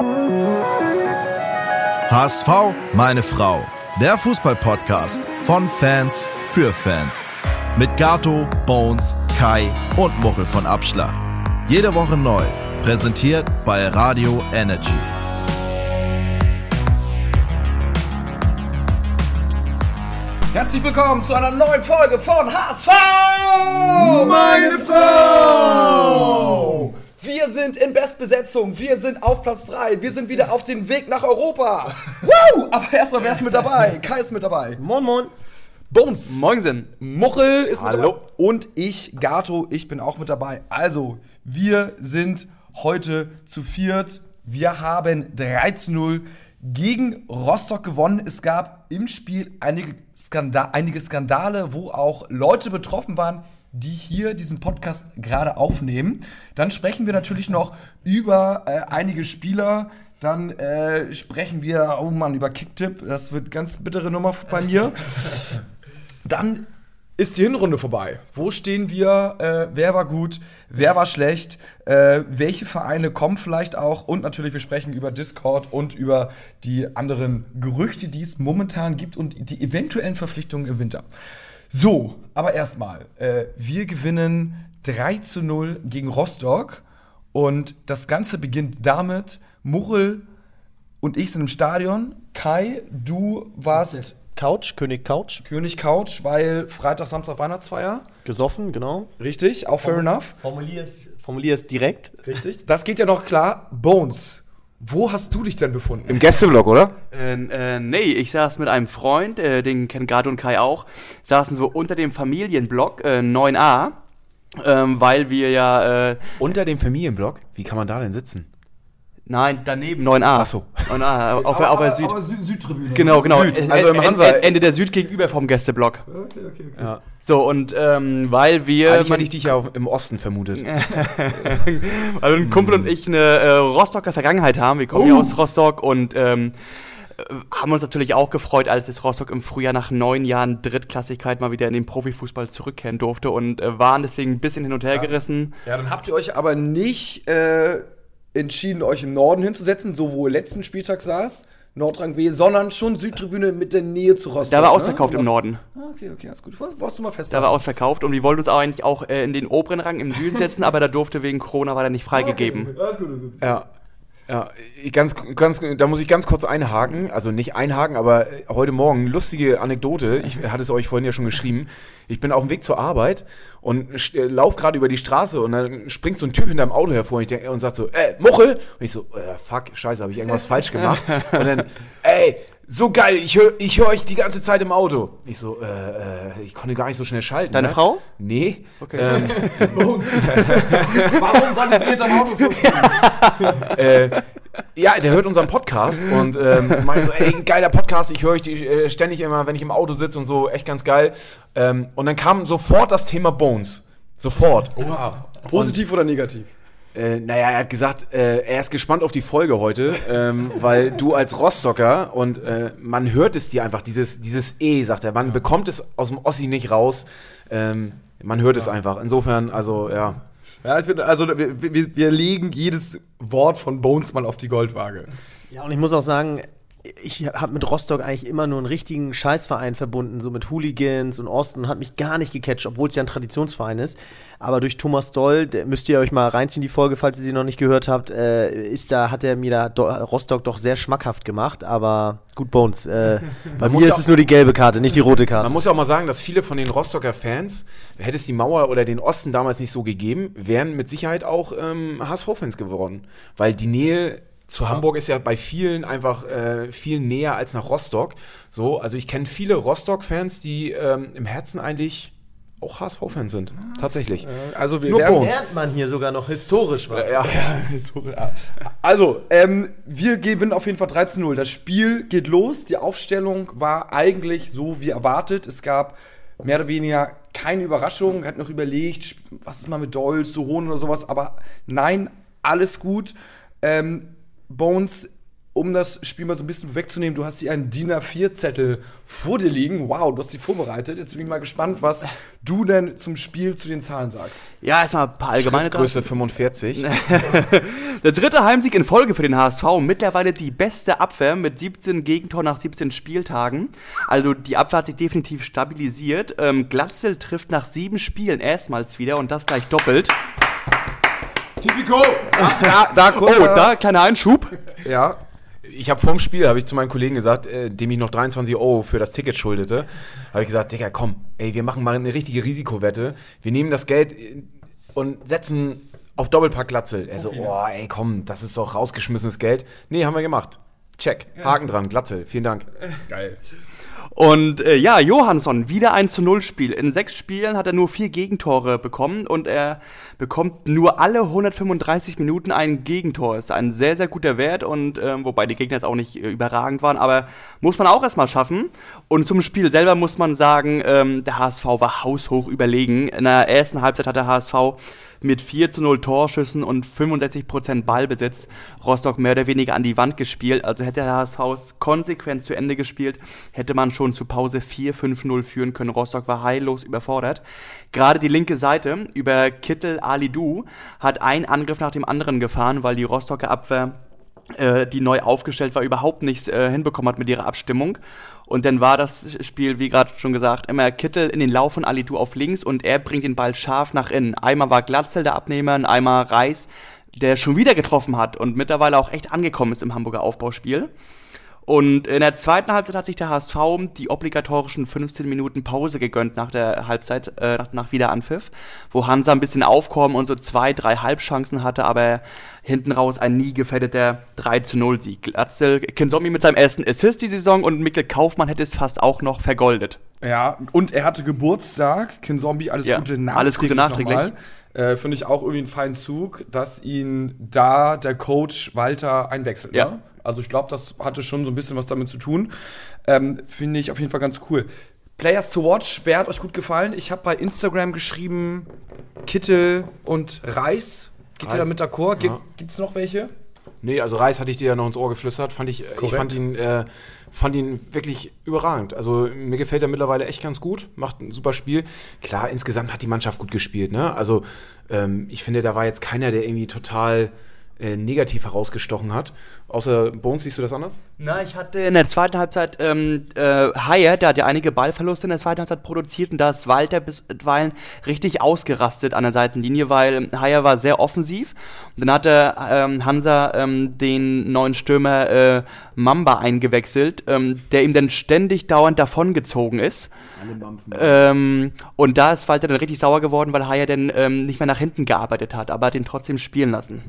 HSV, meine Frau. Der Fußball-Podcast von Fans für Fans. Mit Gato, Bones, Kai und Muchel von Abschlag. Jede Woche neu. Präsentiert bei Radio Energy. Herzlich willkommen zu einer neuen Folge von HSV, meine Frau! Wir sind in Bestbesetzung, wir sind auf Platz 3, wir sind wieder auf dem Weg nach Europa. Woo! Aber erstmal, wer ist mit dabei? Kai ist mit dabei. Moin, moin. Bones. Moinsen. Muchel ist mit Hallo. dabei. Und ich, Gato, ich bin auch mit dabei. Also, wir sind heute zu viert. Wir haben 3:0 gegen Rostock gewonnen. Es gab im Spiel einige Skandale, wo auch Leute betroffen waren, die hier diesen Podcast gerade aufnehmen. Dann sprechen wir natürlich noch über einige Spieler. Dann sprechen wir, über Kicktipp. Das wird ganz bittere Nummer bei mir. Dann ist die Hinrunde vorbei. Wo stehen wir? Wer war gut? Wer war schlecht? Welche Vereine kommen vielleicht auch? Und natürlich, wir sprechen über Discord und über die anderen Gerüchte, die es momentan gibt und die eventuellen Verpflichtungen im Winter. So, aber erstmal, wir gewinnen 3:0 gegen Rostock und das Ganze beginnt damit, Muchel und ich sind im Stadion. Kai, du warst König Couch. König Couch, weil Freitag, Samstag Weihnachtsfeier. Gesoffen, genau. Richtig, auch fair enough. Formulier es direkt. Richtig. Das geht ja noch klar. Bones, wo hast du dich denn befunden? Im Gästeblock, oder? Nee, ich saß mit einem Freund, den kennen Gato und Kai auch, saßen wir unter dem Familienblock 9a, weil wir ja... Unter dem Familienblock? Wie kann man da denn sitzen? Nein, daneben 9a. Achso. 9a, auf der Süd. Aber Südtribüne. Genau. Süd, also im Hansa. Ende der Süd gegenüber vom Gästeblock. Okay. Ja. So, und weil wir... Eigentlich hätte ich dich ja auch im Osten vermutet. weil ein Kumpel und ich eine Rostocker Vergangenheit haben. Wir kommen ja aus Rostock und haben uns natürlich auch gefreut, als es Rostock im Frühjahr nach 9 Jahren Drittklassigkeit mal wieder in den Profifußball zurückkehren durfte und waren deswegen ein bisschen hin und her gerissen. Ja, dann habt ihr euch aber nicht entschieden, euch im Norden hinzusetzen, so wo ihr letzten Spieltag saß, Nordrang B, sondern schon Südtribüne mit der Nähe zu Rostock. Da war ausverkauft im Norden. Okay, alles gut. Wolltest du mal Da festhalten? war ausverkauft und wir wollten uns eigentlich auch in den oberen Rang im Süden setzen, aber da durfte wegen Corona war da nicht freigegeben. Okay. Alles gut. Ja, da muss ich ganz kurz einhaken. Also nicht einhaken, aber heute Morgen, lustige Anekdote. Ich hatte es euch vorhin ja schon geschrieben. Ich bin auf dem Weg zur Arbeit und laufe gerade über die Straße und dann springt so ein Typ hinterm Auto hervor und sagt so, Muchel! Und ich so, fuck, scheiße, habe ich irgendwas falsch gemacht? Und dann, so geil, ich hör euch die ganze Zeit im Auto. Ich so, ich konnte gar nicht so schnell schalten. Deine Frau? Nee. Okay. Warum soll ich sie hinterm Auto finden? Ja, der hört unseren Podcast und meint so, ey, geiler Podcast, ich höre euch ständig immer, wenn ich im Auto sitze und so, echt ganz geil. Und dann kam sofort das Thema Bones. Sofort. Wow. Positiv oder negativ? Naja, er hat gesagt, er ist gespannt auf die Folge heute, weil du als Rostocker und man hört es dir einfach, dieses sagt er, man bekommt es aus dem Ossi nicht raus, man hört es einfach. Insofern, also, ja. Ja, ich finde, also wir legen jedes Wort von Bones mal auf die Goldwaage. Ja, und ich muss auch sagen, ich habe mit Rostock eigentlich immer nur einen richtigen Scheißverein verbunden, so mit Hooligans und Osten, hat mich gar nicht gecatcht, obwohl es ja ein Traditionsverein ist. Aber durch Thomas Doll, müsst ihr euch mal reinziehen, die Folge, falls ihr sie noch nicht gehört habt, hat er mir da Rostock doch sehr schmackhaft gemacht. Aber gut, Bones, bei mir ist es nur die gelbe Karte, nicht die rote Karte. Man muss ja auch mal sagen, dass viele von den Rostocker Fans, hätte es die Mauer oder den Osten damals nicht so gegeben, wären mit Sicherheit auch HSV-Fans geworden. Weil die Nähe zu Hamburg ist ja bei vielen einfach viel näher als nach Rostock. So, also ich kenne viele Rostock-Fans, die im Herzen eigentlich auch HSV-Fans sind. Tatsächlich. Also wir lernt man hier sogar noch historisch was. Ja. Also, wir gewinnen auf jeden Fall 13:0. Das Spiel geht los. Die Aufstellung war eigentlich so wie erwartet. Es gab mehr oder weniger keine Überraschung. Hat noch überlegt, was ist mal mit Doll zu holen oder sowas. Aber nein, alles gut. Bones, um das Spiel mal so ein bisschen wegzunehmen, du hast hier einen DIN A4-Zettel vor dir liegen. Wow, du hast sie vorbereitet. Jetzt bin ich mal gespannt, was du denn zum Spiel zu den Zahlen sagst. Ja, erstmal ein paar allgemeine Größe 45. Der 3. Heimsieg in Folge für den HSV. Mittlerweile die beste Abwehr mit 17 Gegentoren nach 17 Spieltagen. Also die Abwehr hat sich definitiv stabilisiert. Glatzel trifft nach 7 Spielen erstmals wieder und das gleich doppelt. Tipico! Da kleiner Einschub. Ja. Ich habe vorm Spiel, habe ich zu meinen Kollegen gesagt, dem ich noch 23 € für das Ticket schuldete, habe ich gesagt, Digga, komm, ey, wir machen mal eine richtige Risikowette. Wir nehmen das Geld und setzen auf Doppelpack Glatzel. Er so, ey, komm, das ist doch rausgeschmissenes Geld. Nee, haben wir gemacht. Check, Haken dran, Glatzel, vielen Dank. Geil. Und Johansson, wieder 1:0 Spiel. In 6 Spielen hat er nur 4 Gegentore bekommen und er bekommt nur alle 135 Minuten ein Gegentor. Ist ein sehr, sehr guter Wert und wobei die Gegner jetzt auch nicht überragend waren, aber muss man auch erstmal schaffen. Und zum Spiel selber muss man sagen, der HSV war haushoch überlegen. In der ersten Halbzeit hat der HSV mit 4:0 Torschüssen und 65% Ballbesitz Rostock mehr oder weniger an die Wand gespielt. Also hätte der HSV konsequent zu Ende gespielt, hätte man schon zur Pause 4:5-0 führen können. Rostock war heillos überfordert. Gerade die linke Seite über Kittel Alidou hat ein Angriff nach dem anderen gefahren, weil die Rostocker Abwehr, die neu aufgestellt war, überhaupt nichts hinbekommen hat mit ihrer Abstimmung. Und dann war das Spiel, wie gerade schon gesagt, immer Kittel in den Lauf von Alidou auf links und er bringt den Ball scharf nach innen. Einmal war Glatzel der Abnehmer und einmal Reis, der schon wieder getroffen hat und mittlerweile auch echt angekommen ist im Hamburger Aufbauspiel. Und in der zweiten Halbzeit hat sich der HSV die obligatorischen 15 Minuten Pause gegönnt nach der Halbzeit, nach Wiederanpfiff, wo Hansa ein bisschen aufkommen und so 2-3 Halbchancen hatte, aber hinten raus ein nie gefährdeter 3:0 Sieg. Glatzel, Kinzombie mit seinem ersten Assist die Saison und Mikkel Kaufmann hätte es fast auch noch vergoldet. Ja, und er hatte Geburtstag. Kinzombie, alles Gute nachträglich. Alles Gute nachträglich. Finde ich auch irgendwie einen feinen Zug, dass ihn da der Coach Walter einwechselt. Ja. Ne? Also ich glaube, das hatte schon so ein bisschen was damit zu tun. Finde ich auf jeden Fall ganz cool. Players to watch, wer hat euch gut gefallen? Ich habe bei Instagram geschrieben Kittel und Reis. Geht ihr da mit d'accord? Ja. Gibt es noch welche? Nee, also Reis hatte ich dir ja noch ins Ohr geflüstert. Ich fand ihn wirklich überragend. Also mir gefällt er mittlerweile echt ganz gut, macht ein super Spiel. Klar, insgesamt hat die Mannschaft gut gespielt, ne? Also ich finde, da war jetzt keiner, der irgendwie total negativ herausgestochen hat. Außer Bones, siehst du das anders? Na, ich hatte in der zweiten Halbzeit Haier, der hat ja einige Ballverluste in der zweiten Halbzeit produziert und da ist Walter bisweilen richtig ausgerastet an der Seitenlinie, weil Haier war sehr offensiv. Und dann hatte Hansa den neuen Stürmer Mamba eingewechselt, der ihm dann ständig dauernd davongezogen ist. Und da ist Walter dann richtig sauer geworden, weil Haier dann nicht mehr nach hinten gearbeitet hat, aber hat ihn trotzdem spielen lassen.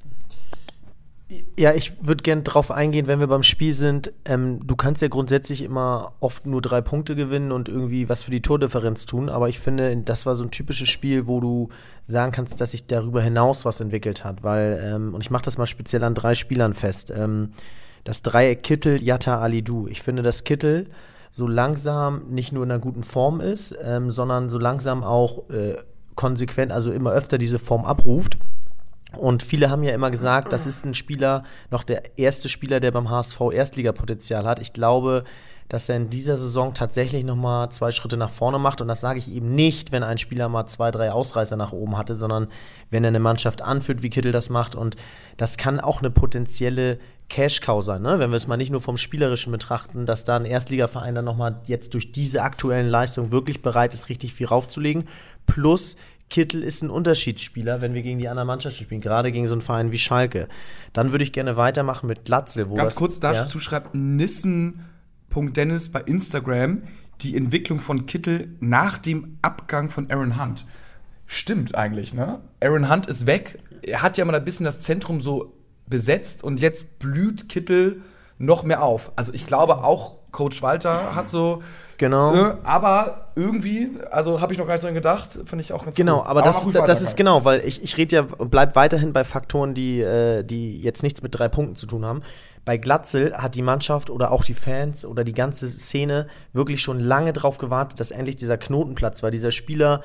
Ja, ich würde gerne drauf eingehen, wenn wir beim Spiel sind. Du kannst ja grundsätzlich immer oft nur 3 Punkte gewinnen und irgendwie was für die Tordifferenz tun. Aber ich finde, das war so ein typisches Spiel, wo du sagen kannst, dass sich darüber hinaus was entwickelt hat. Weil, und ich mache das mal speziell an 3 Spielern fest. Das Dreieck Kittel, Jatta, Alidou. Ich finde, dass Kittel so langsam nicht nur in einer guten Form ist, sondern so langsam auch konsequent, also immer öfter diese Form abruft. Und viele haben ja immer gesagt, das ist ein Spieler, noch der erste Spieler, der beim HSV Erstligapotenzial hat. Ich glaube, dass er in dieser Saison tatsächlich nochmal 2 Schritte nach vorne macht. Und das sage ich eben nicht, wenn ein Spieler mal 2, 3 Ausreißer nach oben hatte, sondern wenn er eine Mannschaft anführt, wie Kittel das macht. Und das kann auch eine potenzielle Cash-Cow sein, ne? Wenn wir es mal nicht nur vom Spielerischen betrachten, dass da ein Erstligaverein dann nochmal jetzt durch diese aktuellen Leistungen wirklich bereit ist, richtig viel raufzulegen. Plus Kittel ist ein Unterschiedsspieler, wenn wir gegen die anderen Mannschaften spielen, gerade gegen so einen Verein wie Schalke. Dann würde ich gerne weitermachen mit Glatzel. Ganz kurz dazu schreibt Nissen.Dennis bei Instagram die Entwicklung von Kittel nach dem Abgang von Aaron Hunt. Stimmt eigentlich, ne? Aaron Hunt ist weg. Er hat ja mal ein bisschen das Zentrum so besetzt und jetzt blüht Kittel noch mehr auf. Also ich glaube auch, Coach Walter hat so. Genau. Aber irgendwie, also habe ich noch gar nicht dran gedacht, finde ich auch ganz genau, cool. Aber das ist genau, weil ich rede ja und bleib weiterhin bei Faktoren, die jetzt nichts mit 3 Punkten zu tun haben. Bei Glatzel hat die Mannschaft oder auch die Fans oder die ganze Szene wirklich schon lange drauf gewartet, dass endlich dieser Knoten platzt, weil dieser Spieler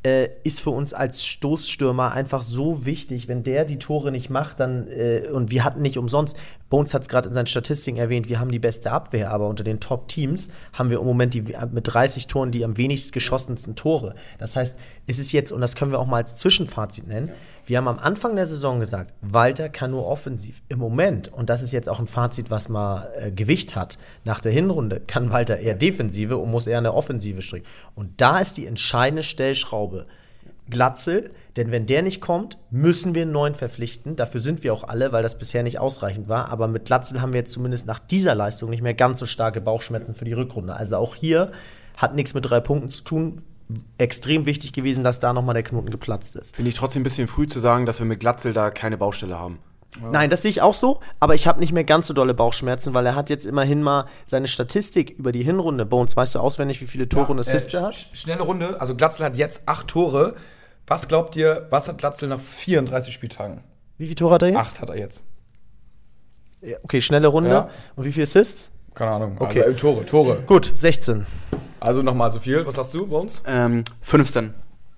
ist für uns als Stoßstürmer einfach so wichtig. Wenn der die Tore nicht macht, dann und wir hatten nicht umsonst, Bones hat es gerade in seinen Statistiken erwähnt, wir haben die beste Abwehr, aber unter den Top-Teams haben wir im Moment mit 30 Toren die am wenigst geschossensten Tore. Das heißt, es ist jetzt, und das können wir auch mal als Zwischenfazit nennen, wir haben am Anfang der Saison gesagt, Walter kann nur offensiv. Im Moment, und das ist jetzt auch ein Fazit, was mal Gewicht hat, nach der Hinrunde kann Walter eher Defensive und muss eher eine Offensive stricken. Und da ist die entscheidende Stellschraube Glatzel, denn wenn der nicht kommt, müssen wir einen neuen verpflichten. Dafür sind wir auch alle, weil das bisher nicht ausreichend war. Aber mit Glatzel haben wir jetzt zumindest nach dieser Leistung nicht mehr ganz so starke Bauchschmerzen für die Rückrunde. Also auch hier hat nichts mit 3 Punkten zu tun. Extrem wichtig gewesen, dass da nochmal der Knoten geplatzt ist. Finde ich trotzdem ein bisschen früh zu sagen, dass wir mit Glatzel da keine Baustelle haben. Ja. Nein, das sehe ich auch so, aber ich habe nicht mehr ganz so dolle Bauchschmerzen, weil er hat jetzt immerhin mal seine Statistik über die Hinrunde. Bones, weißt du auswendig, wie viele Tore und Assists er hat? Schnelle Runde, also Glatzel hat jetzt 8 Tore. Was glaubt ihr, was hat Glatzel nach 34 Spieltagen? Wie viele Tore hat er jetzt? 8 hat er jetzt. Ja, okay, schnelle Runde. Ja. Und wie viele Assists? Keine Ahnung. Okay. Also, Tore. Gut, 16. Also nochmal so viel. Was sagst du bei uns? 15.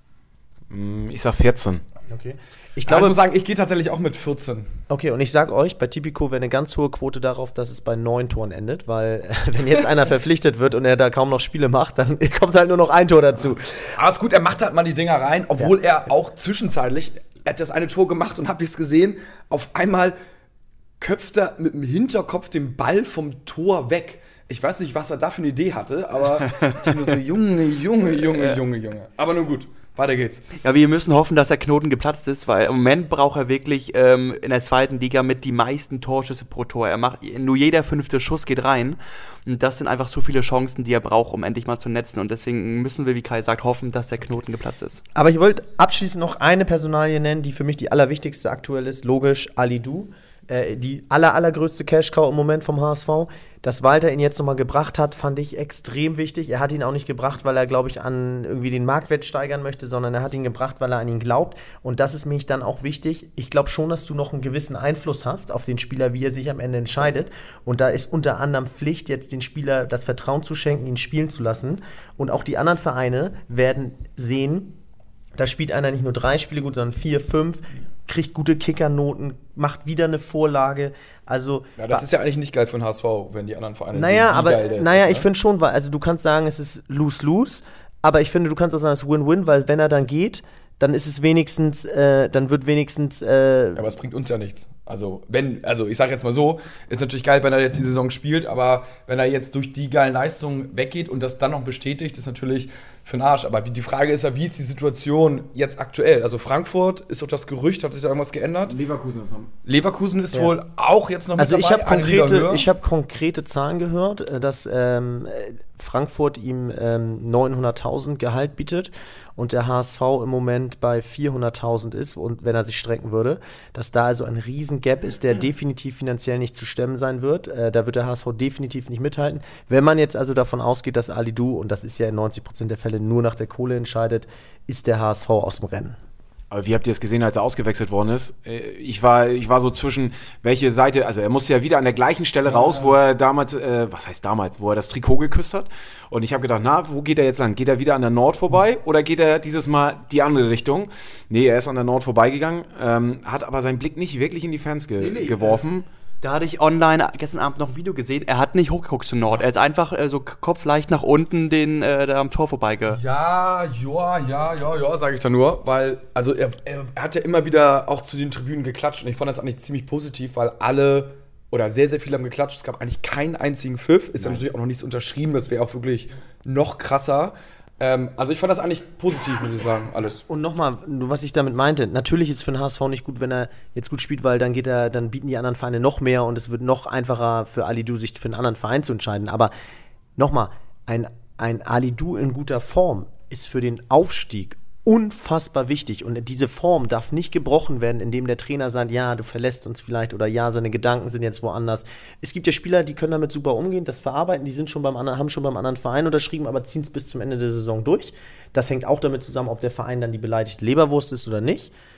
Ich sag 14. Okay. Ich muss sagen, ich gehe tatsächlich auch mit 14. Okay, und ich sag euch, bei Tipico wäre eine ganz hohe Quote darauf, dass es bei 9 Toren endet, weil wenn jetzt einer verpflichtet wird und er da kaum noch Spiele macht, dann kommt halt nur noch ein Tor dazu. Aber ist gut, er macht halt mal die Dinger rein, obwohl er auch zwischenzeitlich, er hat das eine Tor gemacht und habt ihr es gesehen, auf einmal köpft er mit dem Hinterkopf den Ball vom Tor weg. Ich weiß nicht, was er da für eine Idee hatte, aber ich nur so, Junge. Aber nun gut. Weiter geht's. Ja, wir müssen hoffen, dass der Knoten geplatzt ist, weil im Moment braucht er wirklich in der zweiten Liga mit die meisten Torschüsse pro Tor. Nur jeder 5. Schuss geht rein. Und das sind einfach so viele Chancen, die er braucht, um endlich mal zu netzen. Und deswegen müssen wir, wie Kai sagt, hoffen, dass der Knoten geplatzt ist. Aber ich wollte abschließend noch eine Personalie nennen, die für mich die allerwichtigste aktuell ist. Logisch, Alidou. Die allergrößte Cash-Cow im Moment vom HSV. Dass Walter ihn jetzt nochmal gebracht hat, fand ich extrem wichtig. Er hat ihn auch nicht gebracht, weil er, glaube ich, an irgendwie den Marktwert steigern möchte, sondern er hat ihn gebracht, weil er an ihn glaubt. Und das ist mir dann auch wichtig. Ich glaube schon, dass du noch einen gewissen Einfluss hast auf den Spieler, wie er sich am Ende entscheidet. Und da ist unter anderem Pflicht, jetzt den Spieler das Vertrauen zu schenken, ihn spielen zu lassen. Und auch die anderen Vereine werden sehen, da spielt einer nicht nur 3 Spiele gut, sondern 4, 5, kriegt gute Kickernoten, macht wieder eine Vorlage. Also, ja, das ist ja eigentlich nicht geil für den HSV, wenn die anderen Vereine sehen, wie geil der ist. Ich finde schon, weil, also du kannst sagen, es ist lose-lose, aber ich finde, du kannst auch sagen, es ist Win-Win, weil wenn er dann geht, dann ist es wenigstens, ja, aber es bringt uns ja nichts. Also ich sage jetzt mal so, ist natürlich geil, wenn er jetzt die Saison spielt, aber wenn er jetzt durch die geilen Leistungen weggeht und das dann noch bestätigt, ist natürlich für den Arsch. Aber die Frage ist ja, wie ist die Situation jetzt aktuell? Also Frankfurt, ist doch das Gerücht, hat sich da irgendwas geändert? Leverkusen ist wohl auch jetzt noch mit dabei. Also ich habe konkrete Zahlen gehört, dass Frankfurt ihm 900.000 Gehalt bietet und der HSV im Moment bei 400.000 ist, und wenn er sich strecken würde, dass da also ein riesen Gap ist, der definitiv finanziell nicht zu stemmen sein wird. Da wird der HSV definitiv nicht mithalten. Wenn man jetzt also davon ausgeht, dass Alidou, und das ist ja in 90% der Fälle nur nach der Kohle entscheidet, ist der HSV aus dem Rennen. Aber wie habt ihr es gesehen, als er ausgewechselt worden ist? Ich war so zwischen welche Seite, also er musste ja wieder an der gleichen Stelle raus, wo er damals, wo er das Trikot geküsst hat. Und ich habe gedacht, wo geht er jetzt lang? Geht er wieder an der Nord vorbei oder geht er dieses Mal die andere Richtung? Nee, er ist an der Nord vorbeigegangen, hat aber seinen Blick nicht wirklich in die Fans geworfen. Da hatte ich online gestern Abend noch ein Video gesehen. Er hat nicht hochgeguckt zu Nord. Er ist einfach so kopfleicht nach unten da am Tor vorbeigegangen. Ja, sage ich da nur. Weil, also er hat ja immer wieder auch zu den Tribünen geklatscht. Und ich fand das eigentlich ziemlich positiv, weil alle oder sehr, sehr viele haben geklatscht. Es gab eigentlich keinen einzigen Pfiff. Ist ja natürlich auch noch nichts unterschrieben. Das wäre auch wirklich noch krasser. Also ich fand das eigentlich positiv, muss ich sagen, alles. Und nochmal, was ich damit meinte, natürlich ist es für den HSV nicht gut, wenn er jetzt gut spielt, weil dann bieten die anderen Vereine noch mehr und es wird noch einfacher für Alidou, sich für einen anderen Verein zu entscheiden. Aber nochmal, ein Alidou in guter Form ist für den Aufstieg unfassbar wichtig, und diese Form darf nicht gebrochen werden, indem der Trainer sagt, ja, du verlässt uns vielleicht, oder ja, seine Gedanken sind jetzt woanders. Es gibt ja Spieler, die können damit super umgehen, das verarbeiten, die haben schon beim anderen Verein unterschrieben, aber ziehen es bis zum Ende der Saison durch. Das hängt auch damit zusammen, ob der Verein dann die beleidigte Leberwurst ist oder nicht.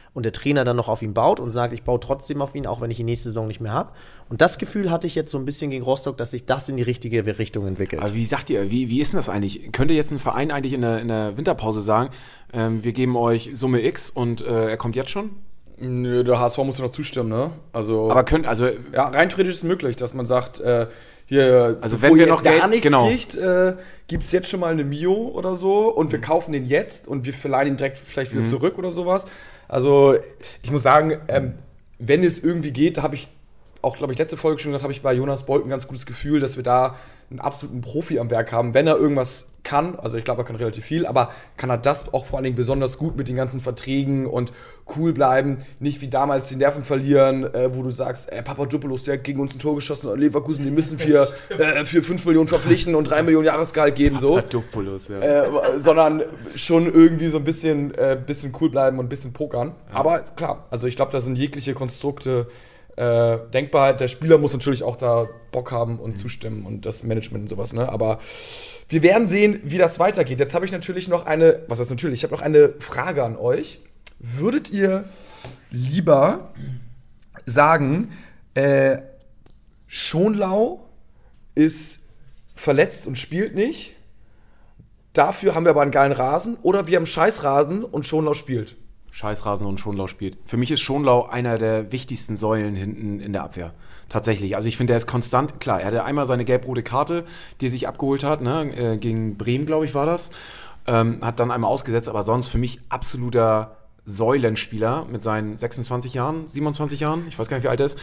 und der Trainer dann noch auf ihn baut und sagt, ich baue trotzdem auf ihn, auch wenn ich die nächste Saison nicht mehr habe. Und das Gefühl hatte ich jetzt so ein bisschen gegen Rostock, dass sich das in die richtige Richtung entwickelt. Aber wie sagt ihr, wie ist denn das eigentlich? Könnte jetzt ein Verein eigentlich in der Winterpause sagen, wir geben euch Summe X und er kommt jetzt schon? Nö, der HSV muss ja noch zustimmen, ne? Also, Aber ja, rein theoretisch ist es möglich, dass man sagt, hier, also bevor wenn wir ihr noch jetzt Geld- gar nichts genau. kriegt, gibt es jetzt schon mal eine Mio oder so und wir kaufen den jetzt und wir verleihen ihn direkt vielleicht wieder zurück oder sowas. Also ich muss sagen, wenn es irgendwie geht, da habe ich auch, glaube ich, letzte Folge schon gesagt, habe ich bei Jonas Bolt ein ganz gutes Gefühl, dass wir da einen absoluten Profi am Werk haben. Wenn er irgendwas kann, also ich glaube, er kann relativ viel, aber kann er das auch vor allen Dingen besonders gut mit den ganzen Verträgen und cool bleiben, nicht wie damals die Nerven verlieren, wo du sagst, Papadopoulos, der hat gegen uns ein Tor geschossen und Leverkusen, die müssen für 5 Millionen verpflichten und 3 Millionen Jahresgehalt geben, so. Papadopoulos, ja. Sondern schon irgendwie so ein bisschen cool bleiben und ein bisschen pokern. Ja. Aber klar, also ich glaube, da sind jegliche Konstrukte denkbar. Der Spieler muss natürlich auch da Bock haben und zustimmen und das Management und sowas, ne? Aber wir werden sehen, wie das weitergeht. Jetzt habe ich natürlich noch eine Frage an euch. Würdet ihr lieber sagen, Schonlau ist verletzt und spielt nicht, dafür haben wir aber einen geilen Rasen, oder wir haben Scheißrasen und Schonlau spielt? Scheißrasen und Schonlau spielt. Für mich ist Schonlau einer der wichtigsten Säulen hinten in der Abwehr. Tatsächlich. Also ich finde, der ist konstant. Klar, er hatte einmal seine gelb-rote Karte, die er sich abgeholt hat, ne? Gegen Bremen, glaube ich, war das. Hat dann einmal ausgesetzt, aber sonst für mich absoluter Säulenspieler mit seinen 26 Jahren, 27 Jahren, ich weiß gar nicht, wie alt er ist.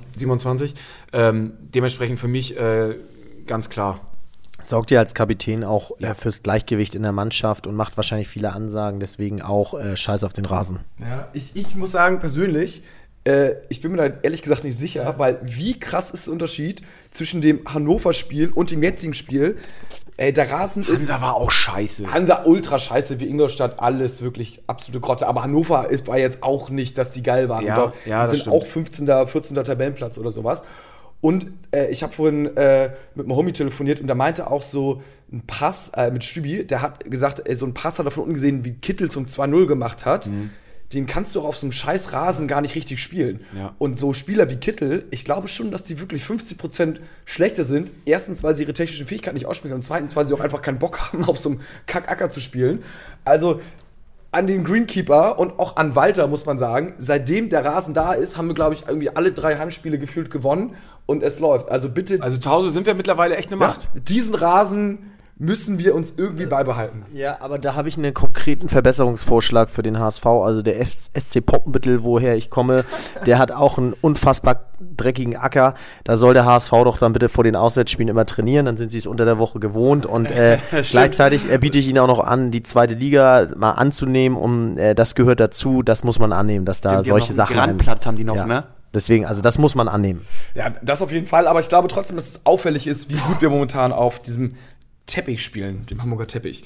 27. Dementsprechend für mich ganz klar. Sorgt ja als Kapitän auch fürs Gleichgewicht in der Mannschaft und macht wahrscheinlich viele Ansagen, deswegen auch Scheiß auf den Rasen. Ja, ich muss sagen, persönlich, ich bin mir da ehrlich gesagt nicht sicher, weil wie krass ist der Unterschied zwischen dem Hannover-Spiel und dem jetzigen Spiel? Der Rasen ist... Hansa war auch scheiße. Hansa ultra scheiße, wie Ingolstadt, alles wirklich absolute Grotte. Aber Hannover war jetzt auch nicht, dass die geil waren. Ja, die das sind stimmt. auch 15., 14. Tabellenplatz oder sowas. Und ich habe vorhin mit einem Homie telefoniert und der meinte auch so ein Pass mit Stübi, der hat gesagt, so ein Pass hat er von unten gesehen, wie Kittel zum 2-0 gemacht hat. Den kannst du auch auf so einem scheiß Rasen gar nicht richtig spielen. Ja. Und so Spieler wie Kittel, ich glaube schon, dass die wirklich 50% schlechter sind. Erstens, weil sie ihre technischen Fähigkeiten nicht ausspielen und zweitens, weil sie auch einfach keinen Bock haben, auf so einem Kackacker zu spielen. Also an den Greenkeeper und auch an Walter muss man sagen, seitdem der Rasen da ist, haben wir, glaube ich, irgendwie alle 3 Heimspiele gefühlt gewonnen und es läuft. Also bitte. Also zu Hause sind wir mittlerweile echt eine Macht. Ja, diesen Rasen müssen wir uns irgendwie beibehalten. Ja, aber da habe ich einen konkreten Verbesserungsvorschlag für den HSV. Also der SC Poppenbüttel, woher ich komme, der hat auch einen unfassbar dreckigen Acker. Da soll der HSV doch dann bitte vor den Auswärtsspielen immer trainieren. Dann sind sie es unter der Woche gewohnt. Und gleichzeitig biete ich ihnen auch noch an, die zweite Liga mal anzunehmen. Das gehört dazu, das muss man annehmen, dass da solche Sachen... Grandplatz haben die noch, ne? Deswegen, also das muss man annehmen. Ja, das auf jeden Fall. Aber ich glaube trotzdem, dass es auffällig ist, wie gut wir momentan auf diesem Teppich spielen, dem Hamburger Teppich.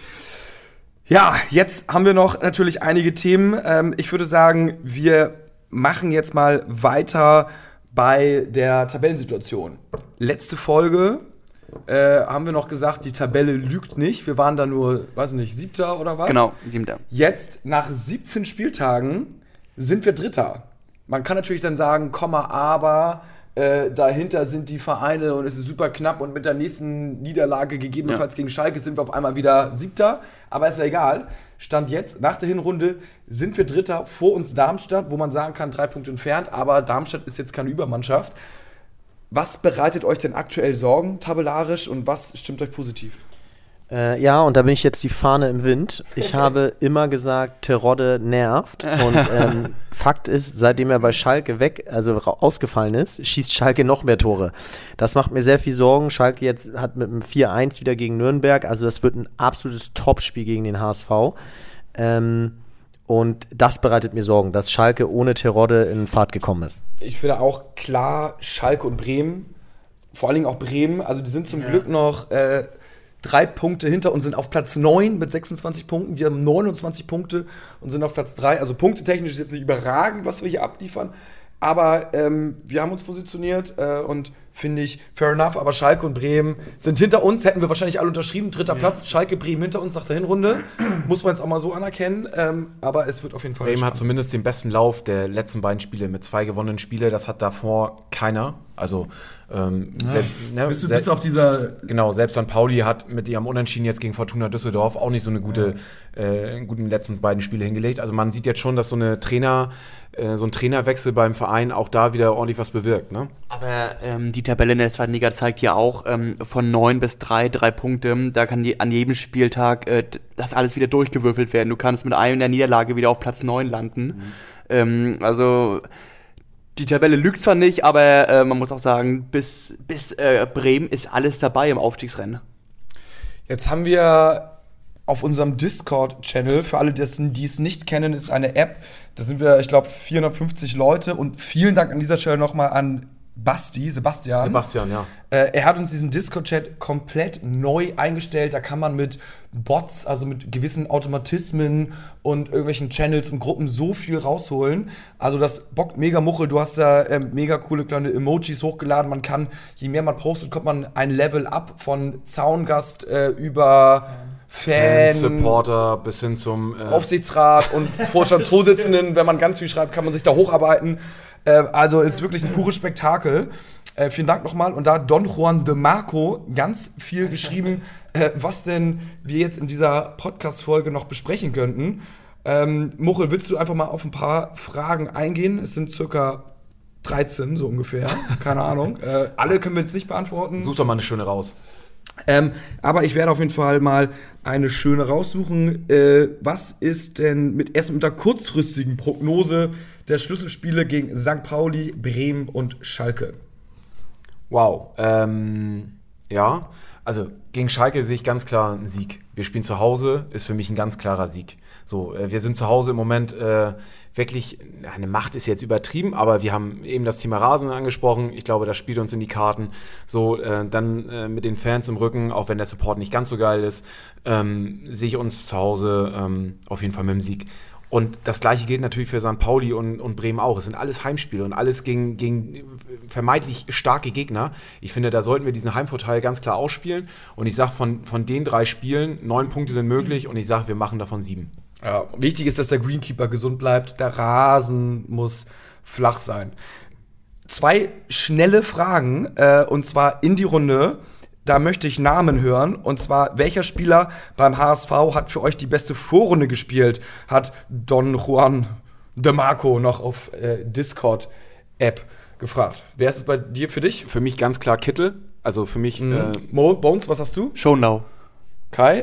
Ja, jetzt haben wir noch natürlich einige Themen. Ich würde sagen, wir machen jetzt mal weiter bei der Tabellensituation. Letzte Folge haben wir noch gesagt, die Tabelle lügt nicht. Wir waren da nur, weiß nicht, 7. oder was? Genau, 7. Jetzt, nach 17 Spieltagen, sind wir 3. Man kann natürlich dann sagen, aber dahinter sind die Vereine und es ist super knapp und mit der nächsten Niederlage gegebenenfalls gegen Schalke sind wir auf einmal wieder 7. Aber ist ja egal. Stand jetzt, nach der Hinrunde sind wir 3. vor uns Darmstadt, wo man sagen kann, 3 Punkte entfernt, aber Darmstadt ist jetzt keine Übermannschaft. Was bereitet euch denn aktuell Sorgen, tabellarisch, und was stimmt euch positiv? Ja, und da bin ich jetzt die Fahne im Wind. Ich habe immer gesagt, Terodde nervt. Und Fakt ist, seitdem er bei Schalke ausgefallen ist, schießt Schalke noch mehr Tore. Das macht mir sehr viel Sorgen. Schalke jetzt hat mit einem 4-1 wieder gegen Nürnberg. Also das wird ein absolutes Topspiel gegen den HSV. Und das bereitet mir Sorgen, dass Schalke ohne Terodde in Fahrt gekommen ist. Ich finde auch klar, Schalke und Bremen, vor allen Dingen auch Bremen, also die sind zum Glück noch 3 Punkte hinter uns, sind auf Platz 9 mit 26 Punkten. Wir haben 29 Punkte und sind auf Platz 3. Also punktetechnisch ist jetzt nicht überragend, was wir hier abliefern. Aber wir haben uns positioniert und finde ich fair enough, aber Schalke und Bremen sind hinter uns, hätten wir wahrscheinlich alle unterschrieben. 3. Platz, Schalke, Bremen hinter uns nach der Hinrunde. Muss man jetzt auch mal so anerkennen, aber es wird auf jeden Fall Bremen hat spannend. zumindest den besten Lauf der letzten beiden Spiele mit 2 gewonnenen Spiele. Das hat davor keiner. Also Bist du auf dieser... Genau, selbst St. Pauli hat mit ihrem Unentschieden jetzt gegen Fortuna Düsseldorf auch nicht so eine guten letzten beiden Spiele hingelegt. Also man sieht jetzt schon, dass so ein Trainerwechsel beim Verein auch da wieder ordentlich was bewirkt. Ne? Aber die Tabelle in der zweiten Liga zeigt ja auch von 9 bis 3 Punkte. Da kann an jedem Spieltag das alles wieder durchgewürfelt werden. Du kannst mit einer Niederlage wieder auf Platz 9 landen. Also die Tabelle lügt zwar nicht, aber man muss auch sagen, bis Bremen ist alles dabei im Aufstiegsrennen. Jetzt haben wir auf unserem Discord-Channel, für alle, die es nicht kennen, ist eine App, da sind wir, ich glaube, 450 Leute und vielen Dank an dieser Stelle nochmal an Sebastian, ja. Er hat uns diesen Discord-Chat komplett neu eingestellt. Da kann man mit Bots, also mit gewissen Automatismen und irgendwelchen Channels und Gruppen so viel rausholen. Also das bockt mega Muchel. Du hast da mega coole kleine Emojis hochgeladen. Man kann, je mehr man postet, kommt man ein Level up von Zaungast über Fan, Supporter bis hin zum Aufsichtsrat und Vorstandsvorsitzenden. Wenn man ganz viel schreibt, kann man sich da hocharbeiten. Also ist wirklich ein pures Spektakel. Vielen Dank nochmal. Und da hat Don Juan de Marco ganz viel geschrieben, was denn wir jetzt in dieser Podcast-Folge noch besprechen könnten. Muchel, willst du einfach mal auf ein paar Fragen eingehen? Es sind circa 13, so ungefähr. Keine Ahnung. Alle können wir jetzt nicht beantworten. Such doch mal eine schöne raus. Aber ich werde auf jeden Fall mal eine schöne raussuchen. Was ist denn erst mit der kurzfristigen Prognose der Schlüsselspiele gegen St. Pauli, Bremen und Schalke? Wow. Ja, also gegen Schalke sehe ich ganz klar einen Sieg. Wir spielen zu Hause, ist für mich ein ganz klarer Sieg. So, wir sind zu Hause im Moment wirklich, eine Macht ist jetzt übertrieben, aber wir haben eben das Thema Rasen angesprochen. Ich glaube, das spielt uns in die Karten. So, dann mit den Fans im Rücken, auch wenn der Support nicht ganz so geil ist, sehe ich uns zu Hause auf jeden Fall mit dem Sieg. Und das Gleiche gilt natürlich für St. Pauli und Bremen auch. Es sind alles Heimspiele und alles gegen vermeintlich starke Gegner. Ich finde, da sollten wir diesen Heimvorteil ganz klar ausspielen. Und ich sage, von den 3 Spielen, 9 Punkte sind möglich und ich sage, wir machen davon 7. Ja, wichtig ist, dass der Greenkeeper gesund bleibt. Der Rasen muss flach sein. 2 schnelle Fragen, und zwar in die Runde. Da möchte ich Namen hören. Und zwar, welcher Spieler beim HSV hat für euch die beste Vorrunde gespielt? Hat Don Juan de Marco noch auf Discord-App gefragt. Wer ist es bei dir für dich? Für mich ganz klar Kittel. Also für mich Bones, was hast du? Schonlau. Kai?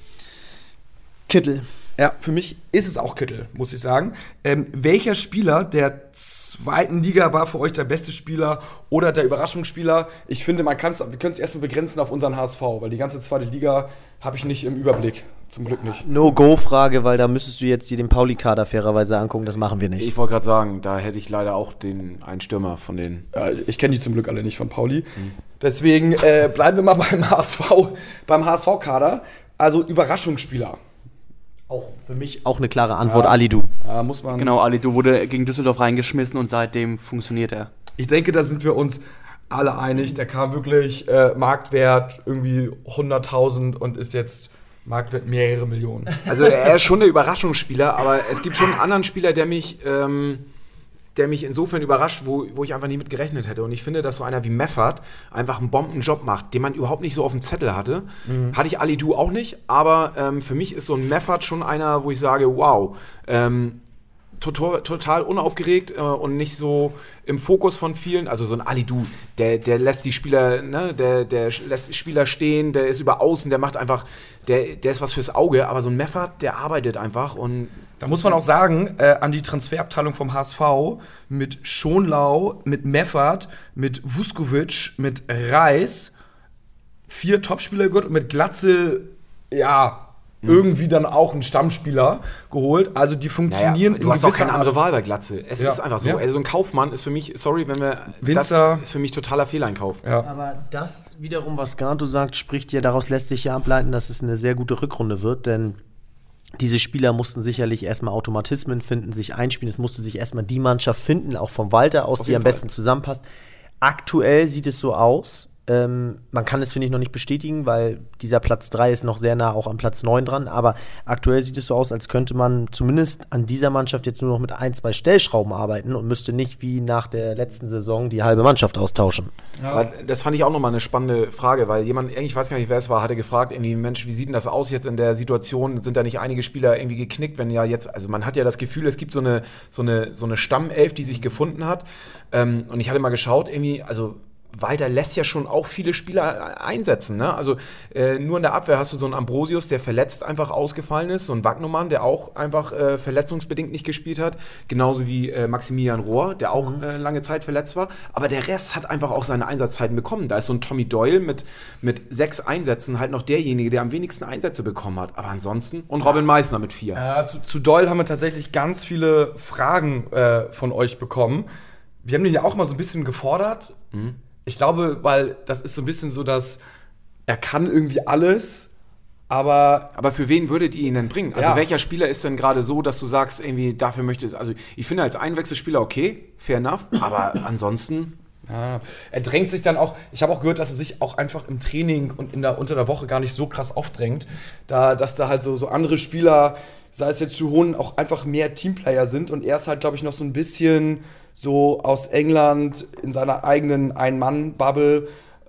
Kittel. Ja, für mich ist es auch Kittel, muss ich sagen. Welcher Spieler der 2. Liga war für euch der beste Spieler oder der Überraschungsspieler? Ich finde, wir können es erstmal begrenzen auf unseren HSV, weil die ganze 2. Liga habe ich nicht im Überblick. Zum Glück nicht. No-Go-Frage, weil da müsstest du jetzt dir den Pauli-Kader fairerweise angucken, das machen wir nicht. Ich wollte gerade sagen, da hätte ich leider auch einen Stürmer von denen. Ich kenne die zum Glück alle nicht von Pauli. Deswegen bleiben wir mal beim HSV-Kader. Also Überraschungsspieler. Auch für mich auch eine klare Antwort, Alidu. Ja, muss man. Genau, Alidu wurde gegen Düsseldorf reingeschmissen und seitdem funktioniert er. Ich denke, da sind wir uns alle einig. Der kam wirklich Marktwert irgendwie 100.000 und ist jetzt Marktwert mehrere Millionen. Also er ist schon der Überraschungsspieler, aber es gibt schon einen anderen Spieler, der mich insofern überrascht, wo ich einfach nie mit gerechnet hätte. Und ich finde, dass so einer wie Meffert einfach einen Bombenjob macht, den man überhaupt nicht so auf dem Zettel hatte. Hatte ich Alidu auch nicht, aber für mich ist so ein Meffert schon einer, wo ich sage, wow, total unaufgeregt und nicht so im Fokus von vielen. Also so ein Alidu, der lässt die Spieler, ne, der lässt Spieler stehen, der ist über außen, der macht einfach, der ist was fürs Auge, aber so ein Meffert, der arbeitet einfach und da muss man auch sagen, an die Transferabteilung vom HSV mit Schonlau, mit Meffert, mit Vuskovic, mit Reis, 4 Topspieler gehört und mit Glatzel, irgendwie dann auch einen Stammspieler geholt. Also die funktionieren in du hast auch gewisser keine Art. andere Wahl bei Glatzel. Es ist einfach so. Ja. Also so ein Kaufmann ist für mich, sorry, Winzer. das ist für mich totaler Fehleinkauf. Ja. Aber das wiederum, was Gato sagt, spricht ja, daraus lässt sich ja ableiten, dass es eine sehr gute Rückrunde wird, denn diese Spieler mussten sicherlich erstmal Automatismen finden, sich einspielen. Es musste sich erstmal die Mannschaft finden, auch vom Walter aus, die am besten zusammenpasst. Aktuell sieht es so aus. Man kann es, finde ich, noch nicht bestätigen, weil dieser Platz 3 ist noch sehr nah auch am Platz 9 dran. Aber aktuell sieht es so aus, als könnte man zumindest an dieser Mannschaft jetzt nur noch mit 1-2 Stellschrauben arbeiten und müsste nicht wie nach der letzten Saison die halbe Mannschaft austauschen. Ja. Aber das fand ich auch nochmal eine spannende Frage, weil jemand, ich weiß gar nicht, wer es war, hatte gefragt, irgendwie, Mensch, wie sieht denn das aus jetzt in der Situation? Sind da nicht einige Spieler irgendwie geknickt, wenn ja jetzt, also man hat ja das Gefühl, es gibt so eine Stammelf, die sich gefunden hat. Und ich hatte mal geschaut, irgendwie, also Walter lässt ja schon auch viele Spieler einsetzen. Ne? Also nur in der Abwehr hast du so einen Ambrosius, der verletzt einfach ausgefallen ist, so einen Wagnumann, der auch einfach verletzungsbedingt nicht gespielt hat, genauso wie Maximilian Rohr, der auch lange Zeit verletzt war. Aber der Rest hat einfach auch seine Einsatzzeiten bekommen. Da ist so ein Tommy Doyle mit 6 Einsätzen halt noch derjenige, der am wenigsten Einsätze bekommen hat. Aber ansonsten, und Robin Meissner mit 4. Ja, zu Doyle haben wir tatsächlich ganz viele Fragen von euch bekommen. Wir haben den ja auch mal so ein bisschen gefordert. Ich glaube, weil das ist so ein bisschen so, dass er kann irgendwie alles, aber für wen würdet ihr ihn denn bringen? Also ja. Welcher Spieler ist denn gerade so, dass du sagst, irgendwie dafür möchtest, also ich finde als Einwechselspieler okay, fair enough, aber ansonsten... Ja, er drängt sich dann auch, ich habe auch gehört, dass er sich auch einfach im Training und unter der Woche gar nicht so krass aufdrängt, dass da halt so andere Spieler, sei es jetzt Juhon, auch einfach mehr Teamplayer sind und er ist halt, glaube ich, noch so ein bisschen so aus England in seiner eigenen Ein-Mann-Bubble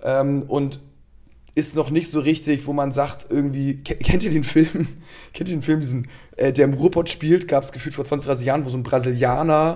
und ist noch nicht so richtig, wo man sagt, irgendwie, kennt ihr den Film, diesen, der im Ruhrpott spielt, gab es gefühlt vor 20, 30 Jahren, wo so ein Brasilianer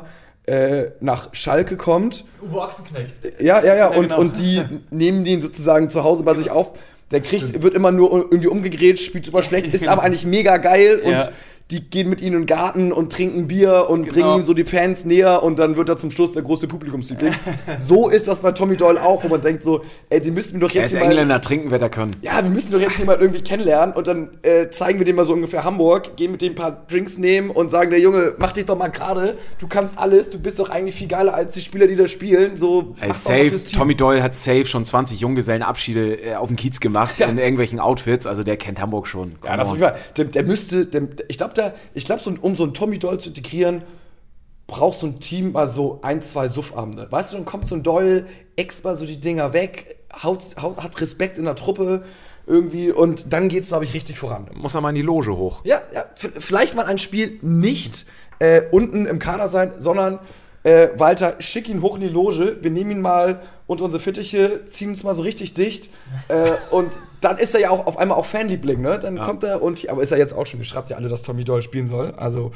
nach Schalke kommt. Uwe Ochsenknecht. Ja, genau. und die nehmen den sozusagen zu Hause bei sich auf. Der wird immer nur irgendwie umgegrätscht, spielt super schlecht, ist aber eigentlich mega geil und die gehen mit ihnen in den Garten und trinken Bier und bringen ihm so die Fans näher und dann wird er zum Schluss der große Publikumsliebling. So ist das bei Tommy Doyle auch, wo man denkt so, ey, den müssten wir doch jetzt hier mal... Engländer trinken, wer da können. Ja, wir müssen doch jetzt hier mal irgendwie kennenlernen und dann zeigen wir dem mal so ungefähr Hamburg, gehen mit dem ein paar Drinks nehmen und sagen, der Junge, mach dich doch mal gerade, du kannst alles, du bist doch eigentlich viel geiler als die Spieler, die da spielen. So, ey, safe, Tommy Doyle hat safe schon 20 Junggesellenabschiede auf dem Kiez gemacht, in irgendwelchen Outfits, also der kennt Hamburg schon. Ja, das auf jeden Fall. Der müsste, ich glaube, um so einen Tommy Doyle zu integrieren, braucht so ein Team mal so 1-2 Suffabende. Weißt du, dann kommt so ein Doyle, extra so die Dinger weg, hat Respekt in der Truppe irgendwie und dann geht's, glaube ich, richtig voran. Muss er mal in die Loge hoch. Ja, vielleicht mal ein Spiel nicht unten im Kader sein, sondern Walter, schick ihn hoch in die Loge, wir nehmen ihn mal unter unsere Fittiche, ziehen uns mal so richtig dicht und dann ist er ja auch auf einmal auch Fanliebling, ne? Dann kommt er aber ist er jetzt auch schon, ihr schreibt ja alle, dass Tommy Doyle spielen soll, also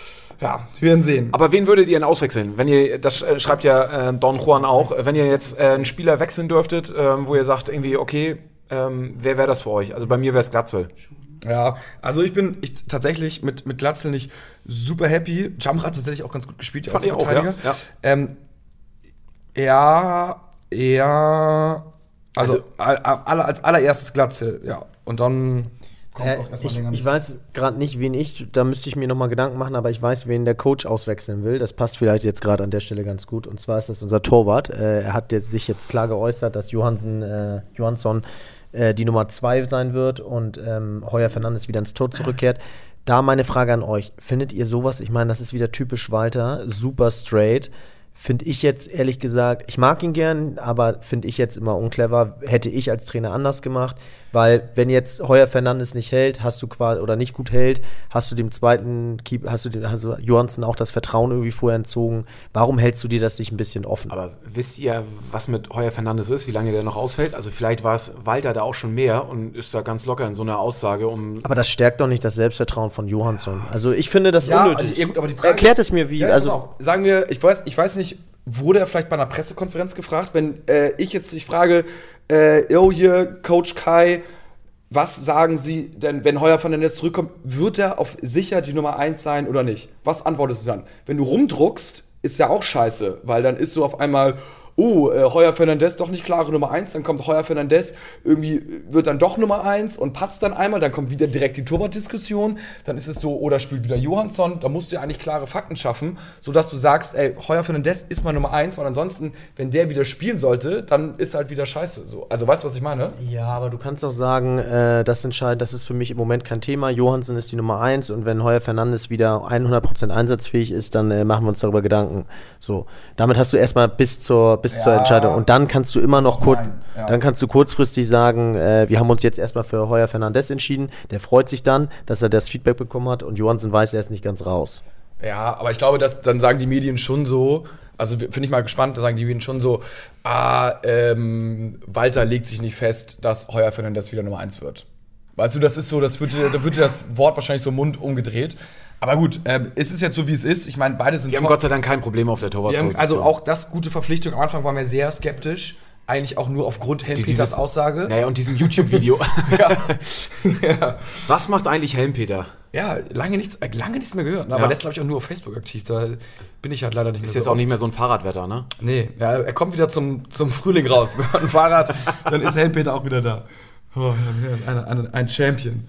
ja, wir werden sehen. Aber wen würdet ihr denn auswechseln? Wenn ihr, das schreibt ja Don Juan auch, wenn ihr jetzt einen Spieler wechseln dürftet, wo ihr sagt irgendwie, okay, wer wäre das für euch? Also bei mir wäre es Glatzel. Ja, also ich bin tatsächlich mit Glatzel nicht super happy. Jamra hat tatsächlich auch ganz gut gespielt, fand ich auch, also als allererstes Glatzel, ja. Und dann kommt auch erstmal länger. Ich weiß gerade nicht, da müsste ich mir nochmal Gedanken machen, aber ich weiß, wen der Coach auswechseln will. Das passt vielleicht jetzt gerade an der Stelle ganz gut. Und zwar ist das unser Torwart. Er hat sich jetzt klar geäußert, dass Johansson die Nummer 2 sein wird und Heuer Fernandes wieder ins Tor zurückkehrt. Da meine Frage an euch. Findet ihr sowas, ich meine, das ist wieder typisch Walter, super straight. Finde ich jetzt, ehrlich gesagt, ich mag ihn gern, aber finde ich jetzt immer unclever. Hätte ich als Trainer anders gemacht, weil wenn jetzt Heuer Fernandes nicht hält, oder nicht gut hält, hast du dem zweiten Keeper, hast du Johansson auch das Vertrauen irgendwie vorher entzogen. Warum hältst du dir das nicht ein bisschen offen? Aber wisst ihr, was mit Heuer Fernandes ist, wie lange der noch ausfällt? Also vielleicht war es Walter da auch schon mehr und ist da ganz locker in so einer Aussage Aber das stärkt doch nicht das Selbstvertrauen von Johansson. Also ich finde das unnötig. Also, gut, aber die Frage erklärt es mir wie. Ja, also sagen wir, ich weiß nicht, wurde er vielleicht bei einer Pressekonferenz gefragt, wenn ich jetzt dich frage, hier, Coach Kai, was sagen Sie denn, wenn Heuer Fernandes zurückkommt, wird er auf sicher die Nummer 1 sein oder nicht? Was antwortest du dann? Wenn du rumdruckst, ist ja auch scheiße, weil dann ist so auf einmal, Heuer Fernandes doch nicht klare Nummer 1, dann kommt Heuer Fernandes, irgendwie wird dann doch Nummer 1 und patzt dann einmal, dann kommt wieder direkt die Torwartdiskussion, dann ist es so, oder spielt wieder Johansson, da musst du ja eigentlich klare Fakten schaffen, sodass du sagst, ey, Heuer Fernandes ist mal Nummer 1, weil ansonsten, wenn der wieder spielen sollte, dann ist halt wieder scheiße. So. Also weißt du, was ich meine? Ja, aber du kannst auch sagen, das ist für mich im Moment kein Thema, Johansson ist die Nummer 1 und wenn Heuer Fernandes wieder 100% einsatzfähig ist, dann machen wir uns darüber Gedanken. So, damit hast du erstmal bis zur bis zur Entscheidung. Und dann kannst du immer noch dann kannst du kurzfristig sagen, wir haben uns jetzt erstmal für Heuer Fernandes entschieden. Der freut sich dann, dass er das Feedback bekommen hat und Johansen weiß, er ist nicht ganz raus. Ja, aber ich glaube, dann sagen die Medien schon so, also finde ich mal gespannt, da sagen die Medien schon so, Walter legt sich nicht fest, dass Heuer Fernandes wieder Nummer 1 wird. Weißt du, das ist so, da wird das Wort wahrscheinlich so im Mund umgedreht. Aber gut, es ist jetzt so, wie es ist. Ich meine, beide sind Wir haben Gott sei Dank kein Problem auf der Torwartposition. Also auch das gute Verpflichtung. Am Anfang waren wir sehr skeptisch. Eigentlich auch nur aufgrund Helmpeters Aussage. Naja, und diesem YouTube-Video. Ja. Was macht eigentlich Helmpeter? Ja, lange nichts mehr gehört. Ne? Aber der ist, glaube ich, auch nur auf Facebook aktiv. Da bin ich halt leider nicht mehr Ist jetzt auch nicht mehr so ein Fahrradwetter, ne? Nee, ja, er kommt wieder zum Frühling raus. Mit einem Fahrrad, dann ist Helmpeter auch wieder da. Oh, dann ist ein Champion.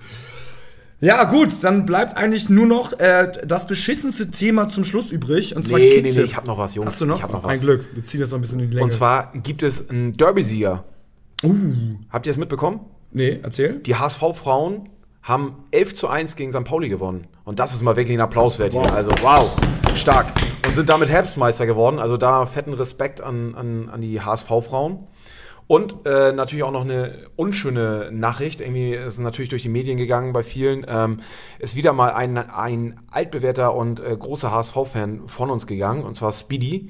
Ja, gut, dann bleibt eigentlich nur noch das beschissenste Thema zum Schluss übrig. Und zwar Nee, ich hab noch was, Jungs. Hast du noch? Ich hab noch was. Ein Glück. Wir ziehen das noch ein bisschen in die Länge. Und zwar gibt es einen Derby-Sieger. Habt ihr es mitbekommen? Nee, erzähl. Die HSV-Frauen haben 11:1 gegen St. Pauli gewonnen. Und das ist mal wirklich ein Applaus wert hier. Also, wow, stark. Und sind damit Herbstmeister geworden. Also da fetten Respekt an die HSV-Frauen. Und natürlich auch noch eine unschöne Nachricht, irgendwie ist natürlich durch die Medien gegangen bei vielen, ist wieder mal ein altbewährter und großer HSV-Fan von uns gegangen, und zwar Speedy.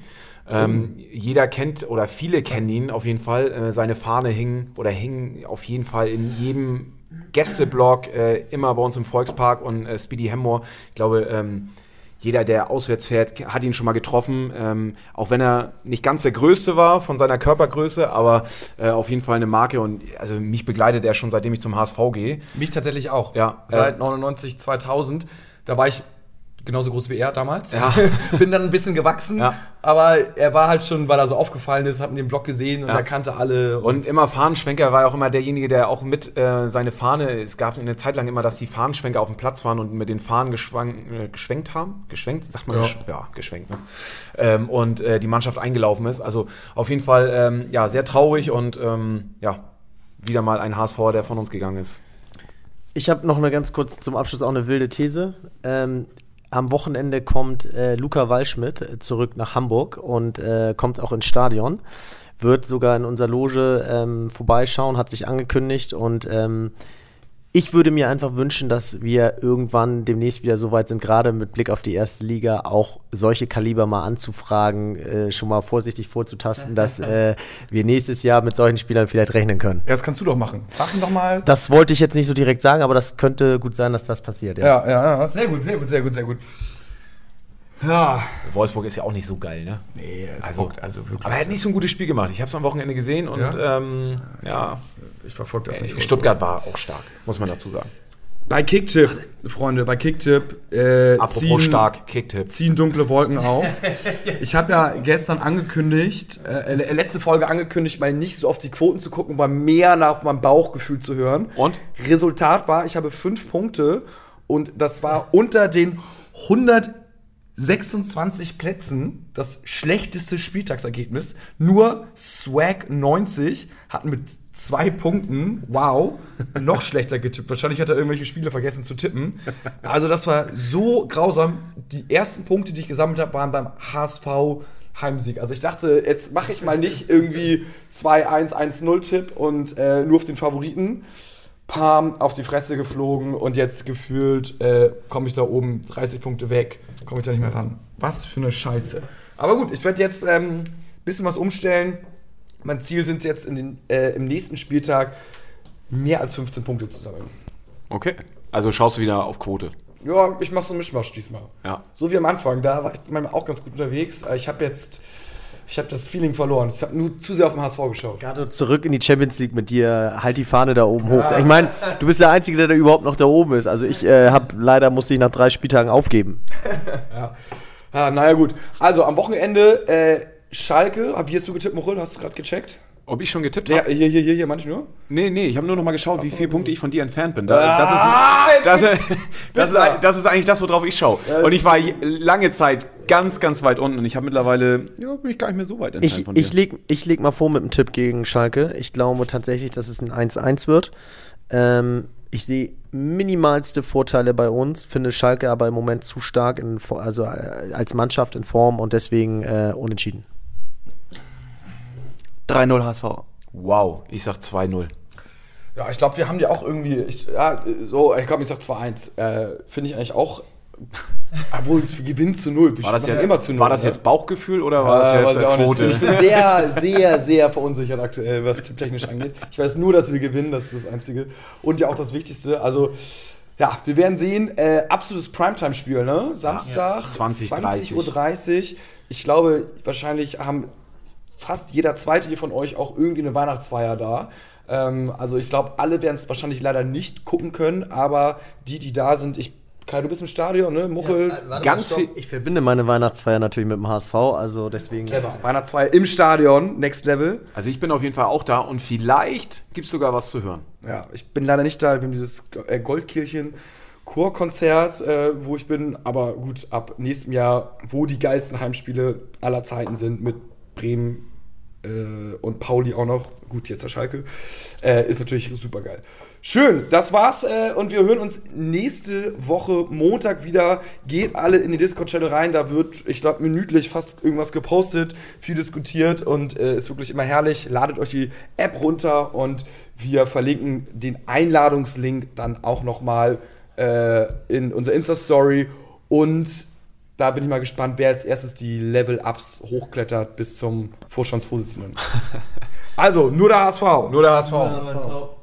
Jeder kennt, oder viele kennen ihn auf jeden Fall, seine Fahne hing auf jeden Fall in jedem Gästeblock, immer bei uns im Volkspark, und Speedy Hemmor, ich glaube, jeder, der auswärts fährt, hat ihn schon mal getroffen, auch wenn er nicht ganz der Größte war von seiner Körpergröße, aber auf jeden Fall eine Marke, und also mich begleitet er schon, seitdem ich zum HSV gehe. Mich tatsächlich auch. Ja, Seit 99, 2000. Da war ich genauso groß wie er damals. Ja. Bin dann ein bisschen gewachsen, aber er war halt schon, weil er so aufgefallen ist, hat ihn den Blog gesehen und er kannte alle. Und immer Fahnenschwenker, war auch immer derjenige, der auch mit seine Fahne, es gab eine Zeit lang immer, dass die Fahnenschwenker auf dem Platz waren und mit den Fahnen geschwenkt haben. Geschwenkt, sagt man? Geschwenkt, ne? Und die Mannschaft eingelaufen ist. Also auf jeden Fall, sehr traurig und wieder mal ein HSV, der von uns gegangen ist. Ich habe noch ganz kurz zum Abschluss auch eine wilde These. Am Wochenende kommt Luca Waldschmidt zurück nach Hamburg und kommt auch ins Stadion. Wird sogar in unserer Loge vorbeischauen, hat sich angekündigt, und ich würde mir einfach wünschen, dass wir irgendwann demnächst wieder so weit sind, gerade mit Blick auf die erste Liga, auch solche Kaliber mal anzufragen, schon mal vorsichtig vorzutasten, dass wir nächstes Jahr mit solchen Spielern vielleicht rechnen können. Ja, das kannst du doch machen. Frag ihn doch mal. Das wollte ich jetzt nicht so direkt sagen, aber das könnte gut sein, dass das passiert. Ja. Sehr gut. Ja. Wolfsburg ist ja auch nicht so geil, ne? Nee, also wirklich. Aber er hat nicht so ein gutes Spiel gemacht. Ich habe es am Wochenende gesehen und ich verfolge das nicht. Stuttgart war auch stark, muss man dazu sagen. Bei Kicktipp, Freunde, Apropos stark, Kicktipp. Ziehen dunkle Wolken auf. Ich habe ja gestern angekündigt, letzte Folge angekündigt, mal nicht so auf die Quoten zu gucken, mal mehr nach meinem Bauchgefühl zu hören. Und? Resultat war, ich habe 5 Punkte, und das war unter den 126 Plätzen das schlechteste Spieltagsergebnis. Nur Swag 90 hat mit 2 Punkten, noch schlechter getippt. Wahrscheinlich hat er irgendwelche Spiele vergessen zu tippen. Also das war so grausam. Die ersten Punkte, die ich gesammelt habe, waren beim HSV Heimsieg. Also ich dachte, jetzt mache ich mal nicht irgendwie 2-1, 1-0 Tipp und nur auf den Favoriten. Pam, auf die Fresse geflogen, und jetzt gefühlt komme ich da oben 30 Punkte weg, komme ich da nicht mehr ran. Was für eine Scheiße. Aber gut, ich werde jetzt ein bisschen was umstellen. Mein Ziel sind jetzt im nächsten Spieltag mehr als 15 Punkte zu sammeln. Okay, also schaust du wieder auf Quote. Ja, ich mache so einen Mischmasch diesmal. Ja. So wie am Anfang, da war ich manchmal auch ganz gut unterwegs. Ich habe das Feeling verloren. Ich habe nur zu sehr auf den HSV geschaut. Gerade zurück in die Champions League mit dir. Halt die Fahne da oben hoch. Ich meine, du bist der Einzige, der da überhaupt noch da oben ist. Also ich musste ich nach 3 Spieltagen aufgeben. Naja, gut. Also am Wochenende Schalke. Wie hast du getippt, Mochel? Hast du gerade gecheckt? Ob ich schon getippt habe? Ja, hier, manche nur? Nee, ich habe nur noch mal geschaut, wie viele Punkte ich von dir entfernt bin. Das ist eigentlich das, worauf ich schaue. Und ich war lange Zeit ganz, ganz weit unten, und ich habe mittlerweile, bin ich gar nicht mehr so weit entfernt von dir. Ich leg mal vor mit einem Tipp gegen Schalke. Ich glaube tatsächlich, dass es ein 1-1 wird. Ich sehe minimalste Vorteile bei uns, finde Schalke aber im Moment zu stark, als Mannschaft in Form, und deswegen unentschieden. 3-0 HSV. Wow, ich sag 2-0. Ja, ich glaube, wir haben die auch irgendwie. Ich sag 2-1. Finde ich eigentlich auch. Obwohl, wir gewinnen zu 0. War das jetzt, immer zu 0. war das jetzt Bauchgefühl oder war das weiß jetzt ich auch nicht. Quote? Ich bin sehr, sehr, sehr verunsichert aktuell, was tipptechnisch angeht. Ich weiß nur, dass wir gewinnen, das ist das Einzige. Und ja auch das Wichtigste. Also, ja, wir werden sehen. Absolutes Primetime-Spiel, ne? Samstag, 20:30 Uhr. Ich glaube, wahrscheinlich haben fast jeder Zweite hier von euch auch irgendwie eine Weihnachtsfeier da. Also ich glaube, alle werden es wahrscheinlich leider nicht gucken können, aber die da sind, Kai, du bist im Stadion, ne? Muchel, Ich verbinde meine Weihnachtsfeier natürlich mit dem HSV, also deswegen. clever. Weihnachtsfeier im Stadion, Next Level. Also ich bin auf jeden Fall auch da und vielleicht gibt es sogar was zu hören. Ja, ich bin leider nicht da, wir haben dieses Goldkirchen Chorkonzert, wo ich bin, aber gut, ab nächstem Jahr, wo die geilsten Heimspiele aller Zeiten sind, mit Bremen und Pauli auch noch, gut, jetzt der Schalke, ist natürlich super geil. Schön, das war's und wir hören uns nächste Woche Montag wieder. Geht alle in die Discord-Channel rein, da wird, ich glaube, minütlich fast irgendwas gepostet, viel diskutiert und ist wirklich immer herrlich. Ladet euch die App runter und wir verlinken den Einladungslink dann auch nochmal in unserer Insta-Story und da bin ich mal gespannt, wer als erstes die Level-Ups hochklettert bis zum Vorstandsvorsitzenden. Also, nur der HSV. Nur der HSV.